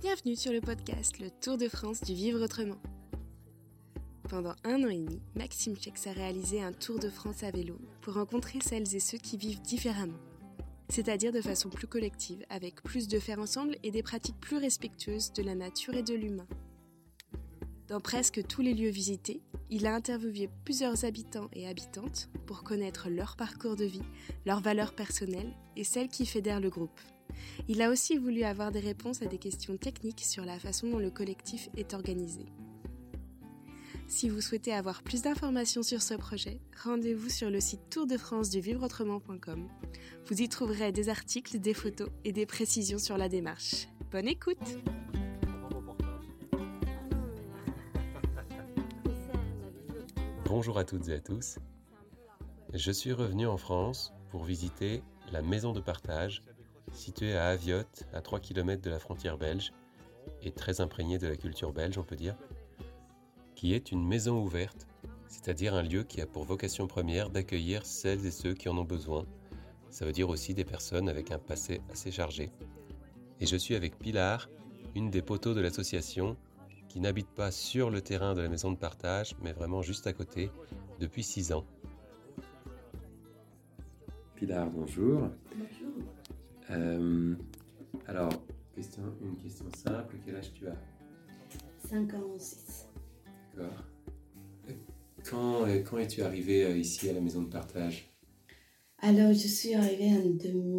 Bienvenue sur le podcast Le Tour de France du Vivre Autrement. Pendant 1 an et demi, Maxime Chex a réalisé un Tour de France à vélo pour rencontrer celles et ceux qui vivent différemment, c'est-à-dire de façon plus collective, avec plus de faire ensemble et des pratiques plus respectueuses de la nature et de l'humain. Dans presque tous les lieux visités, il a interviewé plusieurs habitants et habitantes pour connaître leur parcours de vie, leurs valeurs personnelles et celles qui fédèrent le groupe. Il a aussi voulu avoir des réponses à des questions techniques sur la façon dont le collectif est organisé. Si vous souhaitez avoir plus d'informations sur ce projet, rendez-vous sur le site tourdefranceduvivreautrement.com. Vous y trouverez des articles, des photos et des précisions sur la démarche. Bonne écoute! Bonjour à toutes et à tous. Je suis revenu en France pour visiter la maison de partage située à Aviotte, à 3 km de la frontière belge, et très imprégnée de la culture belge, on peut dire, qui est une maison ouverte, c'est-à-dire un lieu qui a pour vocation première d'accueillir celles et ceux qui en ont besoin. Ça veut dire aussi des personnes avec un passé assez chargé. Et je suis avec Pilar, une des poteaux de l'association, qui n'habite pas sur le terrain de la maison de partage, mais vraiment juste à côté, depuis 6 ans. Pilar, bonjour. Bonjour. Alors, une question simple, quel âge tu as ? 56. D'accord. Quand es-tu arrivée ici à la maison de partage ? Alors, je suis arrivée en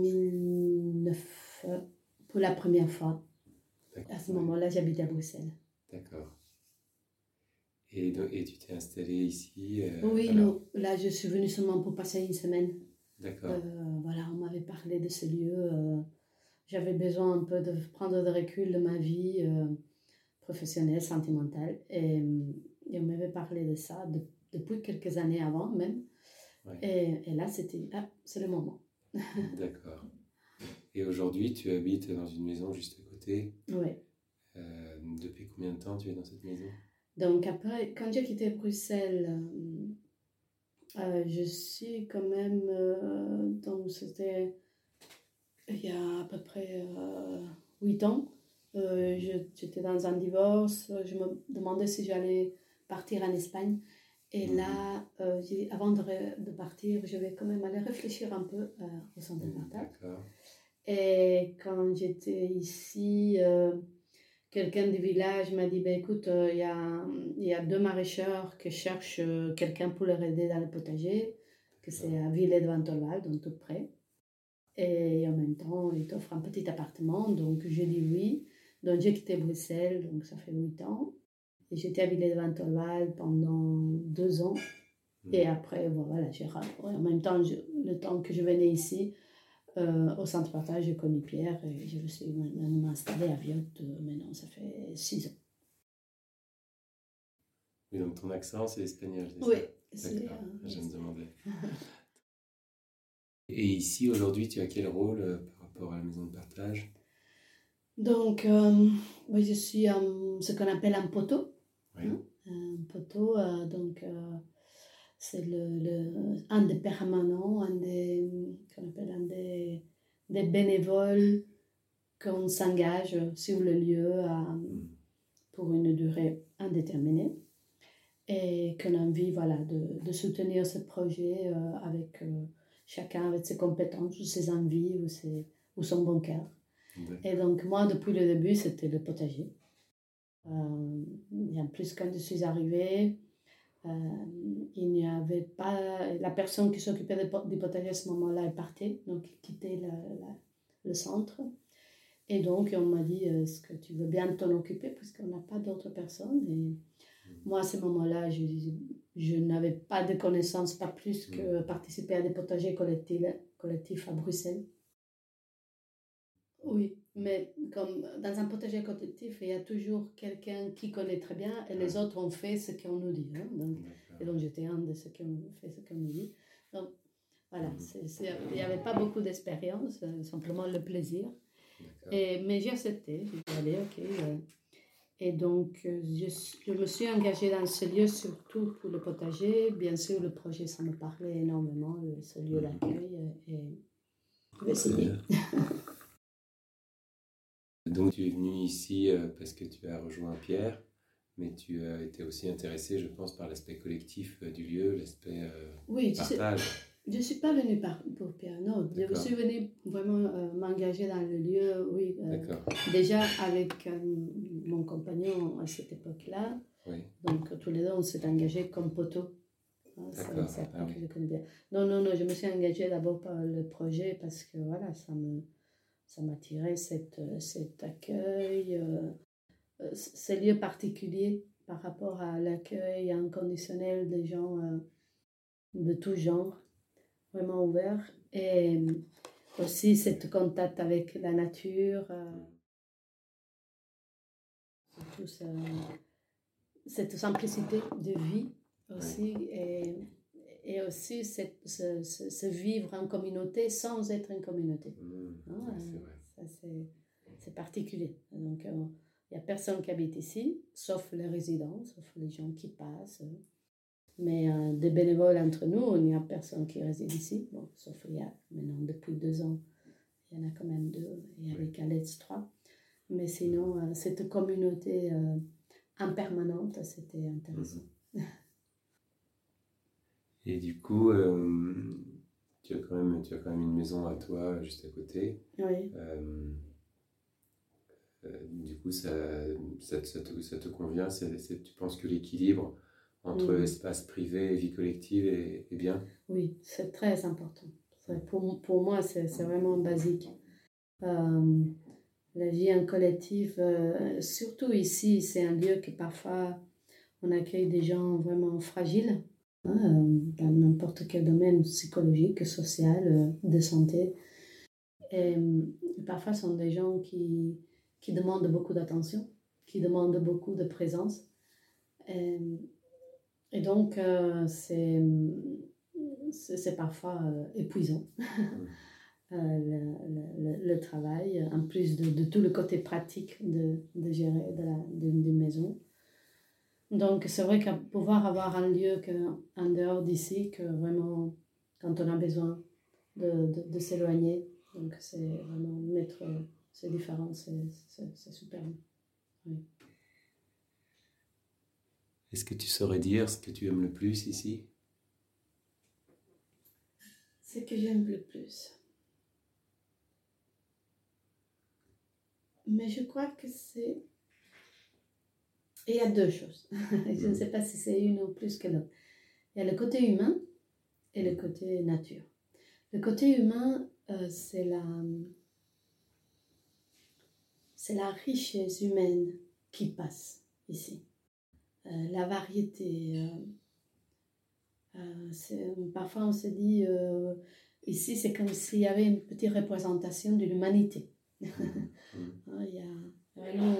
2009 pour la première fois. D'accord. À ce moment-là, j'habitais à Bruxelles. D'accord. Et tu t'es installée ici Oui, alors... non, là, je suis venue seulement pour passer une semaine. D'accord. Voilà, on m'avait parlé de ce lieu. J'avais besoin un peu de prendre de recul de ma vie professionnelle, sentimentale. Et on m'avait parlé de ça depuis quelques années avant même. Ouais. Et là, c'est le moment. D'accord. Et aujourd'hui, tu habites dans une maison juste à côté. Oui. Depuis combien de temps tu es dans cette maison ? Donc après, quand j'ai quitté Bruxelles, je suis quand même... donc c'était il y a à peu près 8 ans. J'étais dans un divorce. Je me demandais si j'allais partir en Espagne. Et là, avant de partir, je vais quand même aller réfléchir un peu au centre de partage. D'accord. Et quand j'étais ici... quelqu'un du village m'a dit, écoute, il y a 2 maraîcheurs qui cherchent quelqu'un pour leur aider dans le potager, que c'est à Villers-de-Vantolval, donc tout près. Et en même temps, ils t'offrent un petit appartement, donc j'ai dit oui. Donc j'ai quitté Bruxelles, donc ça fait 8 ans. Et j'étais à Villers-de-Vantolval pendant 2 ans. Et après, voilà, en même temps, le temps que je venais ici, au centre partage, j'ai connu Pierre et je me suis maintenant installée à Aviotte. Maintenant, ça fait 6 ans. Oui, donc ton accent, c'est espagnol, c'est Oui, ça ? D'accord, je me demandais. Et ici, aujourd'hui, tu as quel rôle par rapport à la maison de partage ? Donc, moi, je suis ce qu'on appelle un poteau. Oui. Un poteau, c'est un des permanents, un des bénévoles qu'on s'engage sur le lieu pour une durée indéterminée et qu'on a envie de soutenir ce projet avec chacun avec ses compétences ou ses envies ou son bon cœur. Et donc moi, depuis le début, c'était le potager. Et en plus, quand je suis arrivée, il n'y avait pas... La personne qui s'occupait du potager à ce moment-là est partie, donc il quittait le centre. Et donc, on m'a dit, est-ce que tu veux bien t'en occuper, puisqu'on n'a pas d'autres personnes. Et moi, à ce moment-là, je n'avais pas de connaissances, pas plus que participer à des potagers collectifs à Bruxelles. Oui, mais comme dans un potager collectif, il y a toujours quelqu'un qui connaît très bien et les autres ont fait ce qu'on nous dit. Hein, et donc, j'étais un de ceux qui ont fait ce qu'on nous dit. Donc, voilà, il n'y avait pas beaucoup d'expérience, simplement le plaisir. Mais j'ai accepté, j'ai dit, allez, ok. Et donc, je me suis engagée dans ce lieu, surtout pour le potager. Bien sûr, le projet, ça me parlait énormément, ce lieu d'accueil. Et je vais essayer. Donc tu es venu ici parce que tu as rejoint Pierre, mais tu as été aussi intéressé, je pense, par l'aspect collectif du lieu, l'aspect Oui, partage. Je ne suis pas venue pour Pierre, non. D'accord. Je suis venue vraiment m'engager dans le lieu, oui. D'accord. Déjà avec mon compagnon à cette époque-là. Oui. Donc tous les deux, on s'est engagés comme poteaux. D'accord. C'est après que je connais bien. Non, je me suis engagée d'abord par le projet parce que voilà, ça m'attirait cet accueil, ces lieux particuliers par rapport à l'accueil inconditionnel des gens de tout genre, vraiment ouvert. Et aussi cet contact avec la nature, surtout cette simplicité de vie aussi, et aussi ce vivre en communauté sans être une communauté. C'est particulier. Donc, il n'y a personne qui habite ici, sauf les résidents, sauf les gens qui passent. Mais des bénévoles entre nous, il n'y a personne qui réside ici. Bon, sauf il y a maintenant, depuis 2 ans, il y en a quand même 2, et avec Alex 3. Mais sinon, cette communauté impermanente, c'était intéressant. Et du coup, tu as quand même une maison à toi juste à côté. Oui. Du coup, ça te convient? Tu penses que l'équilibre entre espace privé et vie collective est bien? Oui, c'est très important. Pour moi, c'est vraiment basique. La vie en collectif, surtout ici, c'est un lieu que parfois on accueille des gens vraiment fragiles, dans n'importe quel domaine psychologique, social, de santé. Et parfois, ce sont des gens qui demandent beaucoup d'attention, qui demandent beaucoup de présence. Et donc, c'est parfois épuisant, le travail, en plus de tout le côté pratique de gérer d'une maison. Donc, c'est vrai que pouvoir avoir un lieu en dehors d'ici, que vraiment, quand on a besoin de s'éloigner, donc c'est vraiment mettre ces différences, c'est super. Oui. Est-ce que tu saurais dire ce que tu aimes le plus ici? Ce que j'aime le plus. Mais je crois que c'est... Il y a 2 choses. Je ne sais pas si c'est une ou plus que l'autre. Il y a le côté humain et le côté nature. Le côté humain, c'est la richesse humaine qui passe ici. La variété. Parfois on se dit, ici c'est comme s'il y avait une petite représentation de l'humanité. Il y a vraiment,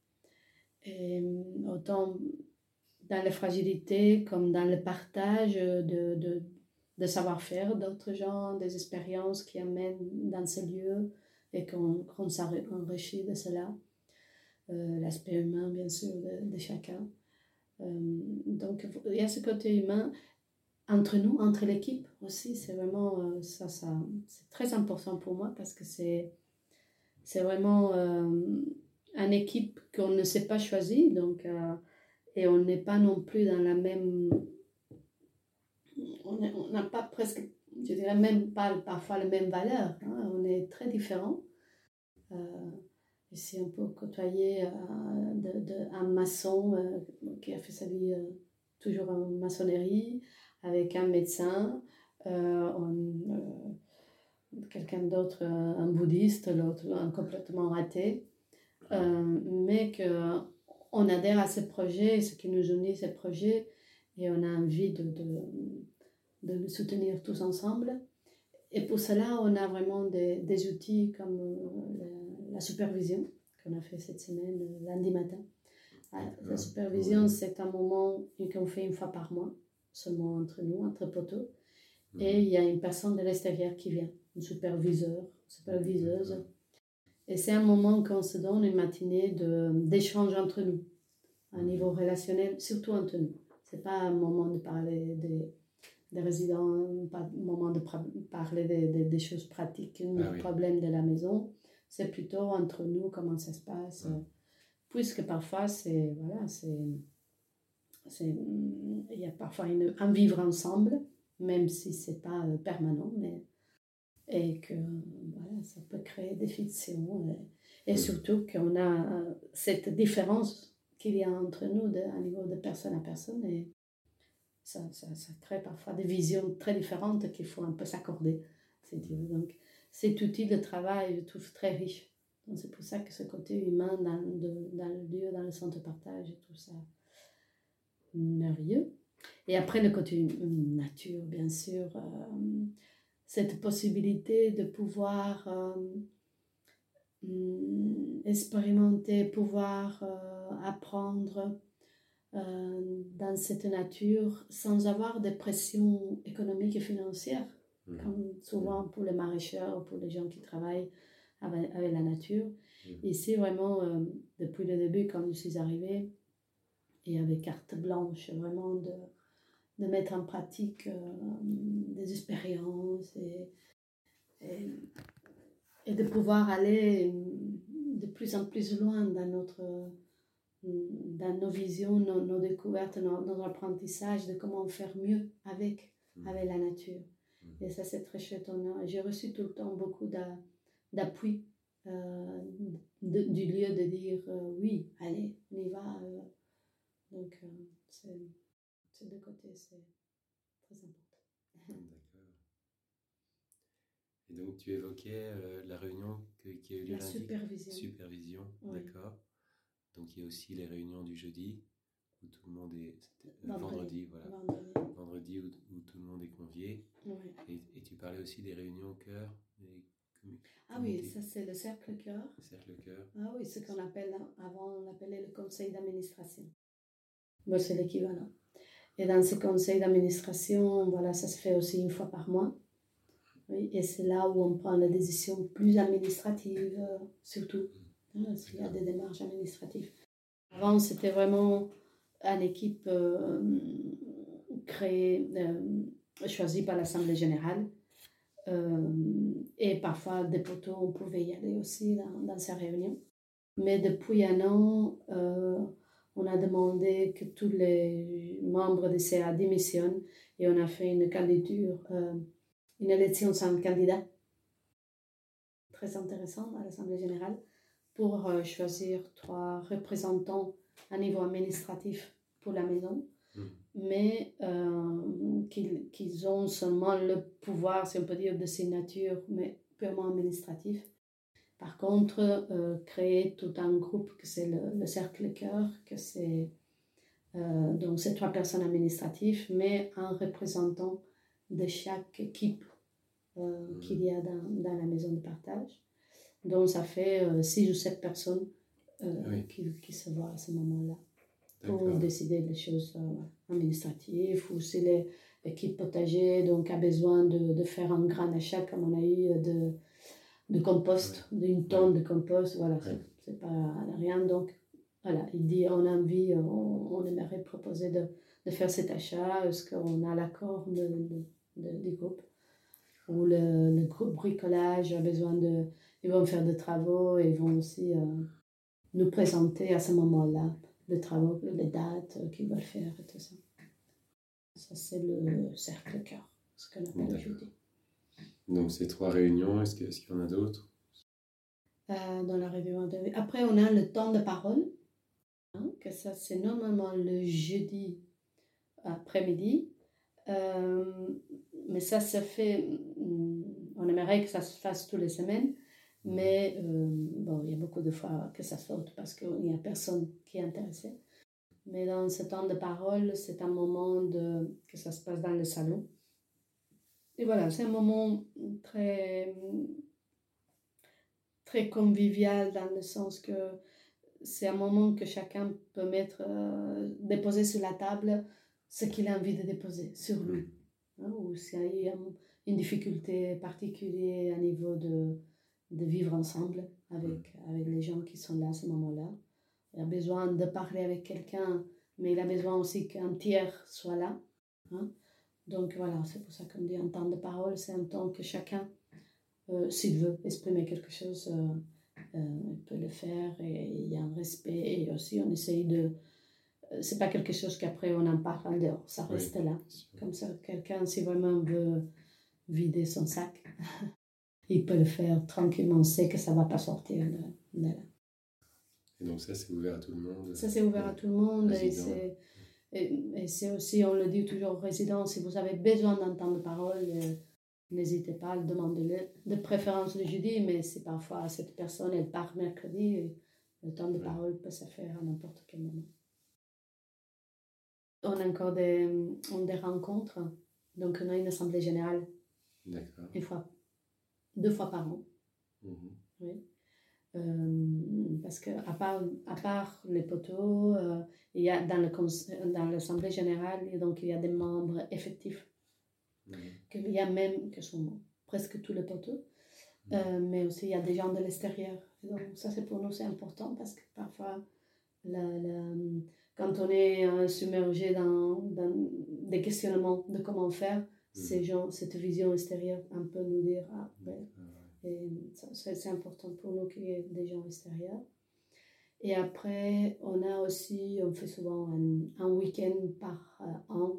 autant dans la fragilité comme dans le partage de savoir-faire d'autres gens, des expériences qui amènent dans ce lieu et qu'on s'enrichit de cela. L'aspect humain, bien sûr, de chacun. Donc, il y a ce côté humain entre nous, entre l'équipe aussi. C'est vraiment ça c'est très important pour moi parce que c'est vraiment une équipe qu'on ne s'est pas choisie. Donc, et on n'est pas non plus dans la même... On n'a pas presque, je dirais même pas parfois les mêmes valeurs. On est très différents. Ici, on peut côtoyer un maçon qui a fait sa vie toujours en maçonnerie, avec un médecin, quelqu'un d'autre, un bouddhiste, l'autre un complètement athée, mais qu'on adhère à ce projet, ce qui nous unit, ce projet, et on a envie de le soutenir tous ensemble. Et pour cela, on a vraiment des outils comme la supervision qu'on a fait cette semaine, lundi matin. La supervision, c'est un moment qu'on fait une fois par mois, seulement entre nous, entre poteaux. Et il y a une personne de l'extérieur qui vient, une superviseuse. Et c'est un moment qu'on se donne, une matinée d'échange entre nous, à un niveau relationnel, surtout entre nous. Ce n'est pas un moment de parler des résidents, pas un moment de parler des choses pratiques, des problèmes de la maison. C'est plutôt entre nous comment ça se passe. Puisque parfois, il y a parfois un vivre ensemble, même si c'est pas permanent, et que voilà, ça peut créer des frictions. Et surtout qu'on a cette différence qu'il y a entre nous à niveau de personne à personne. Et ça crée parfois des visions très différentes qu'il faut un peu s'accorder, si tu veux. Donc, cet outil de travail, je trouve très riche. Donc, c'est pour ça que ce côté humain dans le lieu, dans le centre de partage, je trouve ça merveilleux. Et après, le côté nature, bien sûr, cette possibilité de pouvoir expérimenter, pouvoir apprendre dans cette nature sans avoir de pression économique et financière, comme souvent pour les maraîcheurs, pour les gens qui travaillent avec la nature. Ici, vraiment, depuis le début, quand je suis arrivée, et avec carte blanche, vraiment de mettre en pratique des expériences et de pouvoir aller de plus en plus loin dans nos visions, nos découvertes, notre apprentissage de comment faire mieux avec la nature. Et ça, c'est très chouette. J'ai reçu tout le temps beaucoup d'appui du lieu de dire oui, allez, on y va. Donc, ces deux côtés, c'est très important. D'accord. Et donc, tu évoquais la réunion qui a eu lieu lundi. Supervision, oui. D'accord. Donc, il y a aussi les réunions du jeudi, où tout le monde est... Vendredi, voilà. Vendredi, où tout le monde est convié. Oui. Et tu parlais aussi des réunions au cœur. Ah oui, ça c'est le cercle cœur. Le cercle cœur. Ah oui, ce qu'on appelle, avant on appelait le conseil d'administration. Bon, c'est l'équivalent. Et dans ce conseil d'administration, voilà, ça se fait aussi une fois par mois. Oui, et c'est là où on prend les décisions plus administratives, surtout. S'il y a des démarches administratives. Avant, c'était vraiment une équipe créée, choisie par l'Assemblée générale. Et parfois, des poteaux, on pouvait y aller aussi dans ces réunions. Mais depuis un an, on a demandé que tous les membres de CA démissionnent et on a fait une candidature, une élection sans candidat. Très intéressant à l'Assemblée générale pour choisir 3 représentants à niveau administratif pour la maison, mais qu'ils ont seulement le pouvoir, si on peut dire, de signature, mais purement administratif. Par contre, créer tout un groupe, que c'est le Cercle Cœur, que c'est donc ces 3 personnes administratives, mais un représentant de chaque équipe qu'il y a dans la maison de partage. Donc ça fait 6 ou 7 personnes qui se voient à ce moment-là pour décider des choses administratives, ou si l'équipe potager donc, a besoin de faire un grand achat, comme on a eu de compost, d'une tonne de compost, voilà, c'est pas rien. Donc voilà, il dit on a envie, on aimerait proposer de faire cet achat, est-ce qu'on a l'accord du groupe, ou le groupe bricolage a besoin ils vont faire des travaux et ils vont aussi nous présenter à ce moment-là les travaux, les dates qu'ils veulent faire et tout ça. Ça, c'est le cercle cœur, ce qu'on appelle aujourd'hui. Donc, ces 3 réunions, est-ce qu'il y en a d'autres dans la réunion Après, on a le temps de parole, que ça, c'est normalement le jeudi après-midi. Mais ça se fait, on aimerait que ça se fasse toutes les semaines, mais bon, il y a beaucoup de fois que ça saute parce qu'il n'y a personne qui est intéressé. Mais dans ce temps de parole, c'est un moment que ça se passe dans le salon. Et voilà, c'est un moment très, très convivial, dans le sens que c'est un moment que chacun peut déposer sur la table ce qu'il a envie de déposer sur lui. Ou s'il y a une difficulté particulière à niveau de vivre ensemble avec les gens qui sont là à ce moment-là. Il a besoin de parler avec quelqu'un, mais il a besoin aussi qu'un tiers soit là. Donc voilà, c'est pour ça qu'on dit un temps de parole, c'est un temps que chacun, s'il veut exprimer quelque chose, il peut le faire et il y a un respect. Et aussi, on essaye de... c'est pas quelque chose qu'après on en parle en dehors, ça reste là. Comme ça, quelqu'un, si vraiment veut vider son sac, il peut le faire tranquillement, on sait que ça va pas sortir de là. Et donc ça, c'est ouvert à tout le monde? Ça, c'est ouvert à tout le monde. Et c'est aussi, on le dit toujours aux résidents, si vous avez besoin d'un temps de parole, n'hésitez pas à le demander, de préférence le jeudi, mais si parfois cette personne, elle part mercredi, le temps de parole peut se faire à n'importe quel moment. On a encore des rencontres, donc on a une assemblée générale. D'accord. 2 fois par an. Oui. Parce que à part les poteaux, il y a dans l'assemblée générale, et donc il y a des membres effectifs, qu'il y a même que sont presque tous les poteaux, mais aussi il y a des gens de l'extérieur. Et donc ça, c'est pour nous, c'est important parce que parfois quand on est submergé dans des questionnements de comment faire, ces gens, cette vision extérieure, un peu nous dire et c'est important pour nous qu'il y ait des gens extérieurs. Et après, on fait souvent un week-end par an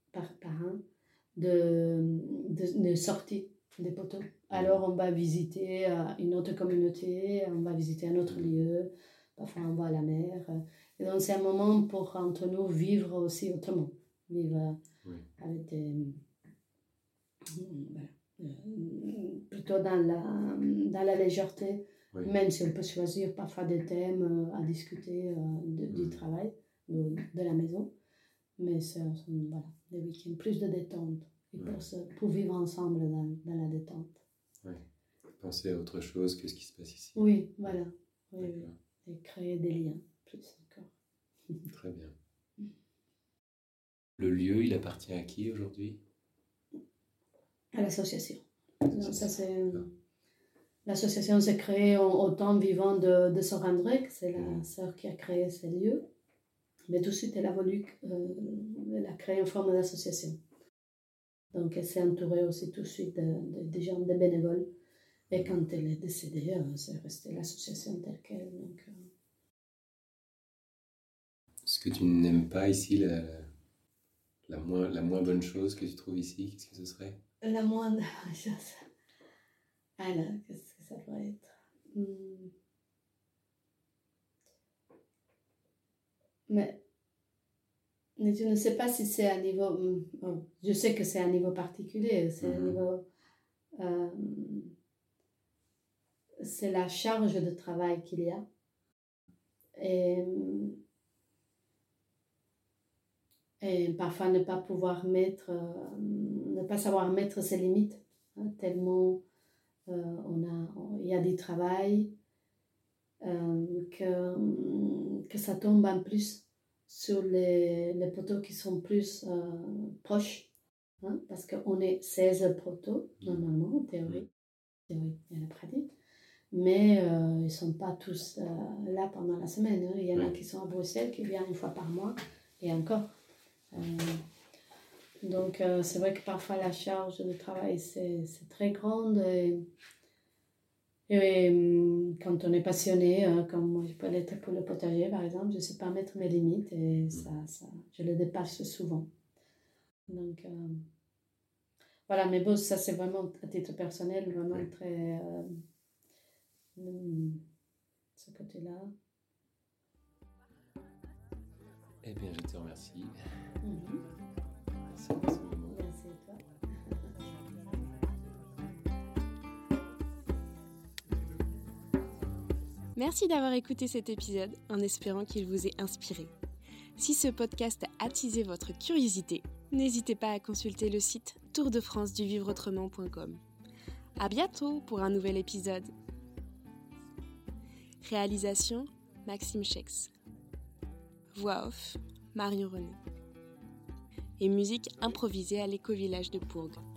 de sortie des poteaux. Alors on va visiter une autre communauté, on va visiter un autre lieu, parfois on va à la mer. Et donc c'est un moment pour entre nous vivre aussi autrement, vivre avec des... plutôt dans la légèreté, même si on peut choisir parfois des thèmes à discuter du travail, de la maison, mais c'est des week-ends, plus de détente, et pour vivre ensemble dans la détente. Oui, penser à autre chose que ce qui se passe ici. Oui, voilà, oui. Et créer des liens, plus encore. Très bien. Le lieu, il appartient à qui aujourd'hui ? À l'association. Ça, l'association s'est créée au temps vivant de Sœur André, c'est la sœur qui a créé ces lieux. Mais tout de suite, elle a créé une forme d'association. Donc, elle s'est entourée aussi tout de suite de gens, de bénévoles. Et quand elle est décédée, c'est resté l'association telle qu'elle. Donc, Ce que tu n'aimes pas ici, la moins bonne chose que tu trouves ici, qu'est-ce que ce serait ? La moindre chose. Alors, qu'est-ce que ça pourrait être ? Mais je ne sais pas si c'est à niveau... je sais que c'est à niveau particulier. C'est à niveau... c'est la charge de travail qu'il y a. Et parfois ne pas pouvoir ne pas savoir mettre ses limites, tellement il y a du travail, que ça tombe en plus sur les poteaux qui sont plus proches, parce qu'on est 16 poteaux normalement en théorie et en pratique, mais ils ne sont pas tous là pendant la semaine, il y en a qui sont à Bruxelles, qui viennent 1 fois par mois, et encore. Donc c'est vrai que parfois la charge de travail c'est très grande et quand on est passionné, comme moi je peux l'être pour le potager par exemple, je ne sais pas mettre mes limites et ça, je le dépasse souvent. Donc voilà, mais bon, ça c'est vraiment à titre personnel, vraiment très ce côté-là. Eh bien, je te remercie. Merci pour ce moment. Merci à toi. Merci d'avoir écouté cet épisode en espérant qu'il vous ait inspiré. Si ce podcast a attisé votre curiosité, n'hésitez pas à consulter le site tourdefranceduvivreautrement.com. À bientôt pour un nouvel épisode. Réalisation Maxime Chex. Voix off Marion René. Et musique improvisée à l'éco-village de Pourgues.